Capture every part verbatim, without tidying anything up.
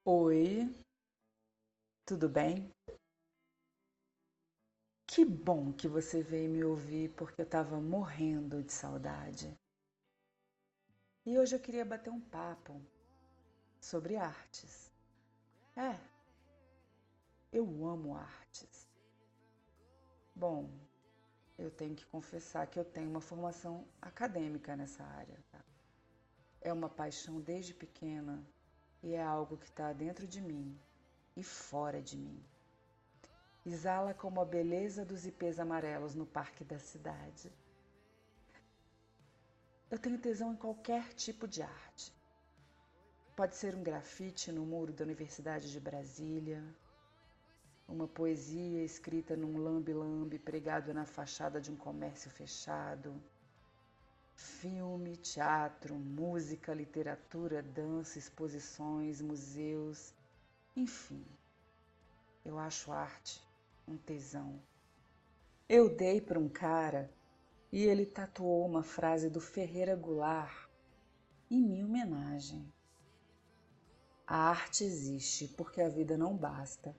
Oi, tudo bem? Que bom que você veio me ouvir porque eu estava morrendo de saudade. E hoje eu queria bater um papo sobre artes. É, eu amo artes. Bom, eu tenho que confessar que eu tenho uma formação acadêmica nessa área, tá? É uma paixão desde pequena e é algo que está dentro de mim e fora de mim. Exala como a beleza dos ipês amarelos no parque da cidade. Eu tenho tesão em qualquer tipo de arte. Pode ser um grafite no muro da Universidade de Brasília, uma poesia escrita num lambe-lambe pregado na fachada de um comércio fechado, filme, teatro, música, literatura, dança, exposições, museus, enfim, eu acho arte um tesão. Eu dei para um cara e ele tatuou uma frase do Ferreira Goulart em minha homenagem. A arte existe porque a vida não basta.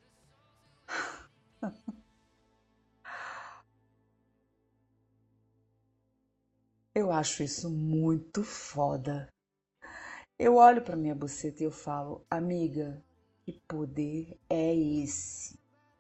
Eu acho isso muito foda. Eu olho para minha buceta e eu falo, amiga, que poder é esse?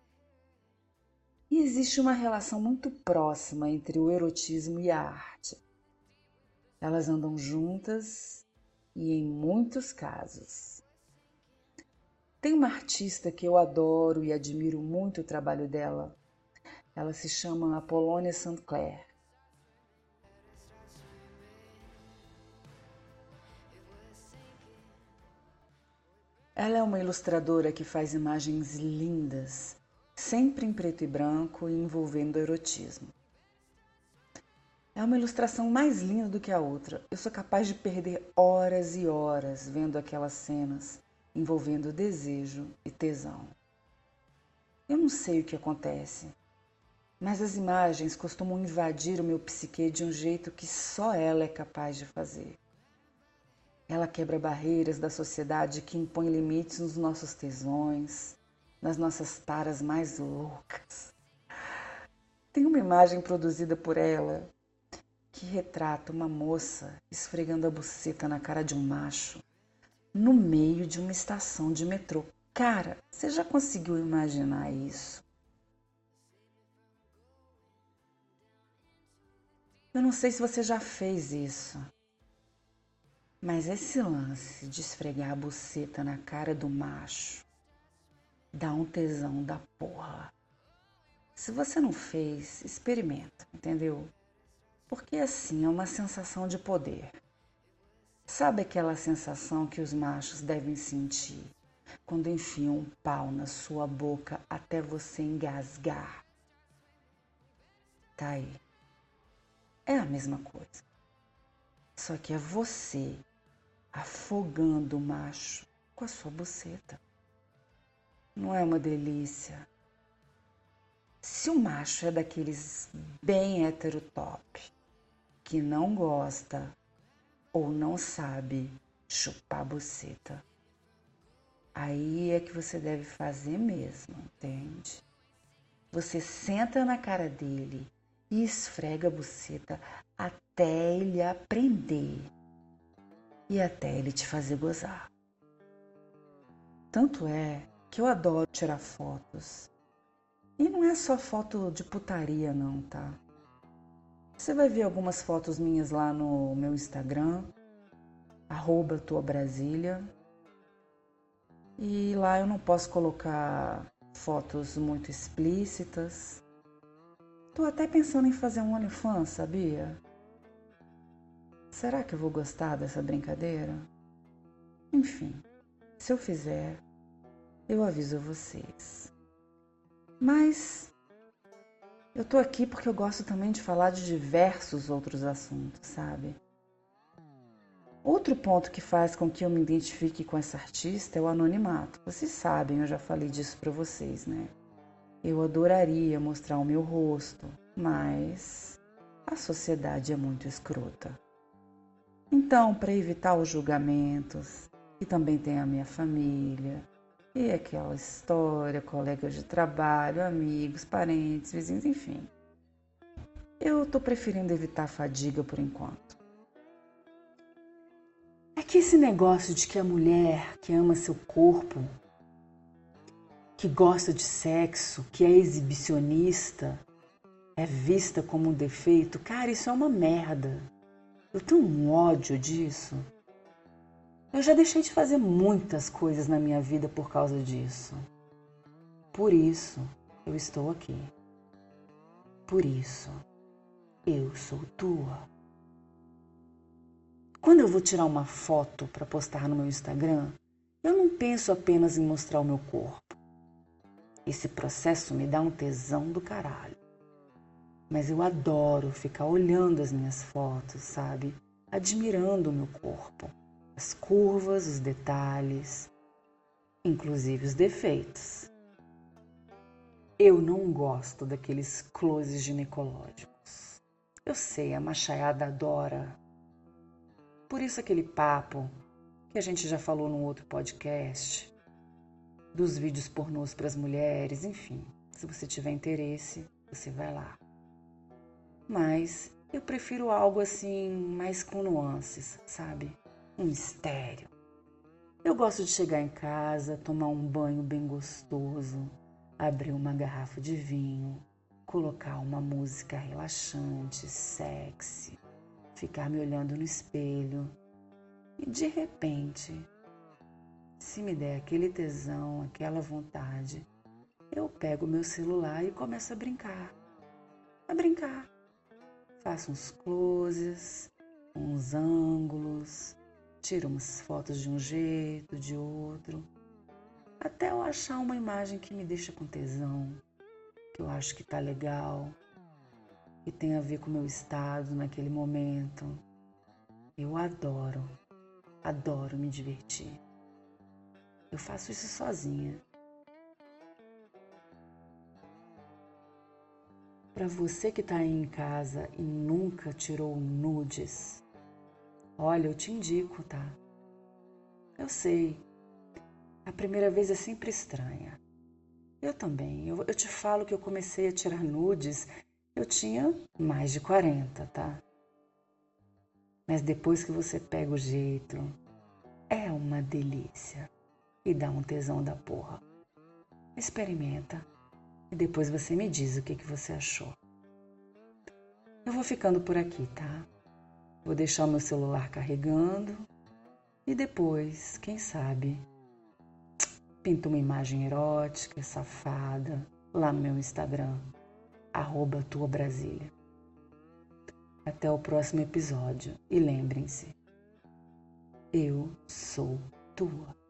E existe uma relação muito próxima entre o erotismo e a arte. Elas andam juntas e em muitos casos. Tem uma artista que eu adoro e admiro muito o trabalho dela. Ela se chama Apollonia Saint Clair. Ela é uma ilustradora que faz imagens lindas, sempre em preto e branco e envolvendo erotismo. É uma ilustração mais linda do que a outra. Eu sou capaz de perder horas e horas vendo aquelas cenas envolvendo desejo e tesão. Eu não sei o que acontece, mas as imagens costumam invadir o meu psique de um jeito que só ela é capaz de fazer. Ela quebra barreiras da sociedade que impõe limites nos nossos tesões, nas nossas taras mais loucas. Tem uma imagem produzida por ela que retrata uma moça esfregando a buceta na cara de um macho no meio de uma estação de metrô. Cara, você já conseguiu imaginar isso? Eu não sei se você já fez isso, mas esse lance de esfregar a buceta na cara do macho dá um tesão da porra. Se você não fez, experimenta, entendeu? Porque assim é uma sensação de poder. Sabe aquela sensação que os machos devem sentir quando enfiam um pau na sua boca até você engasgar? Tá aí. É a mesma coisa. Só que é você afogando o macho com a sua buceta. Não é uma delícia? Se o macho é daqueles bem heterotop, que não gosta ou não sabe chupar buceta, aí é que você deve fazer mesmo, entende? Você senta na cara dele e esfrega a buceta até ele aprender e até ele te fazer gozar. Tanto é que eu adoro tirar fotos. E não é só foto de putaria não, tá? Você vai ver algumas fotos minhas lá no meu Instagram, arroba tua Brasília. E lá eu não posso colocar fotos muito explícitas. Tô até pensando em fazer um OnlyFans, sabia? Será que eu vou gostar dessa brincadeira? Enfim, se eu fizer, eu aviso vocês. Mas eu tô aqui porque eu gosto também de falar de diversos outros assuntos, sabe? Outro ponto que faz com que eu me identifique com essa artista é o anonimato. Vocês sabem, eu já falei disso pra vocês, né? Eu adoraria mostrar o meu rosto, mas a sociedade é muito escrota. Então, para evitar os julgamentos, e também tem a minha família, E aquela história, colegas de trabalho, amigos, parentes, vizinhos, enfim. Eu tô preferindo evitar a fadiga por enquanto. É que esse negócio de que a mulher que ama seu corpo, que gosta de sexo, que é exibicionista, é vista como um defeito, cara, isso é uma merda. Eu tenho um ódio disso. Eu já deixei de fazer muitas coisas na minha vida por causa disso. Por isso, eu estou aqui. Por isso, eu sou tua. Quando eu vou tirar uma foto para postar no meu Instagram, eu não penso apenas em mostrar o meu corpo. Esse processo me dá um tesão do caralho. Mas eu adoro ficar olhando as minhas fotos, sabe? Admirando o meu corpo. As curvas, os detalhes, inclusive os defeitos. Eu não gosto daqueles closes ginecológicos. Eu sei, a machaiada adora. Por isso aquele papo que a gente já falou num outro podcast, dos vídeos pornôs para as mulheres, enfim. Se você tiver interesse, você vai lá. Mas eu prefiro algo assim, mais com nuances, sabe? Um mistério. Eu gosto de chegar em casa, tomar um banho bem gostoso, abrir uma garrafa de vinho, colocar uma música relaxante, sexy, ficar me olhando no espelho e de repente, se me der aquele tesão, aquela vontade, eu pego meu celular e começo a brincar. A brincar. Faço uns closes, uns ângulos, tiro umas fotos de um jeito, de outro, até eu achar uma imagem que me deixa com tesão, que eu acho que tá legal, que tem a ver com o meu estado naquele momento. Eu adoro, adoro me divertir. Eu faço isso sozinha. Para você que tá aí em casa e nunca tirou nudes, olha, eu te indico, tá? Eu sei, a primeira vez é sempre estranha. Eu também. Eu, eu te falo que eu comecei a tirar nudes, eu tinha mais de quarenta, tá? Mas depois que você pega o jeito, é uma delícia. E dá um tesão da porra. Experimenta. E depois você me diz o que, que você achou. Eu vou ficando por aqui, tá? Vou deixar o meu celular carregando. E depois, quem sabe, pinto uma imagem erótica, safada, lá no meu Instagram, arroba tua Brasília. Até o próximo episódio. E lembrem-se, eu sou tua.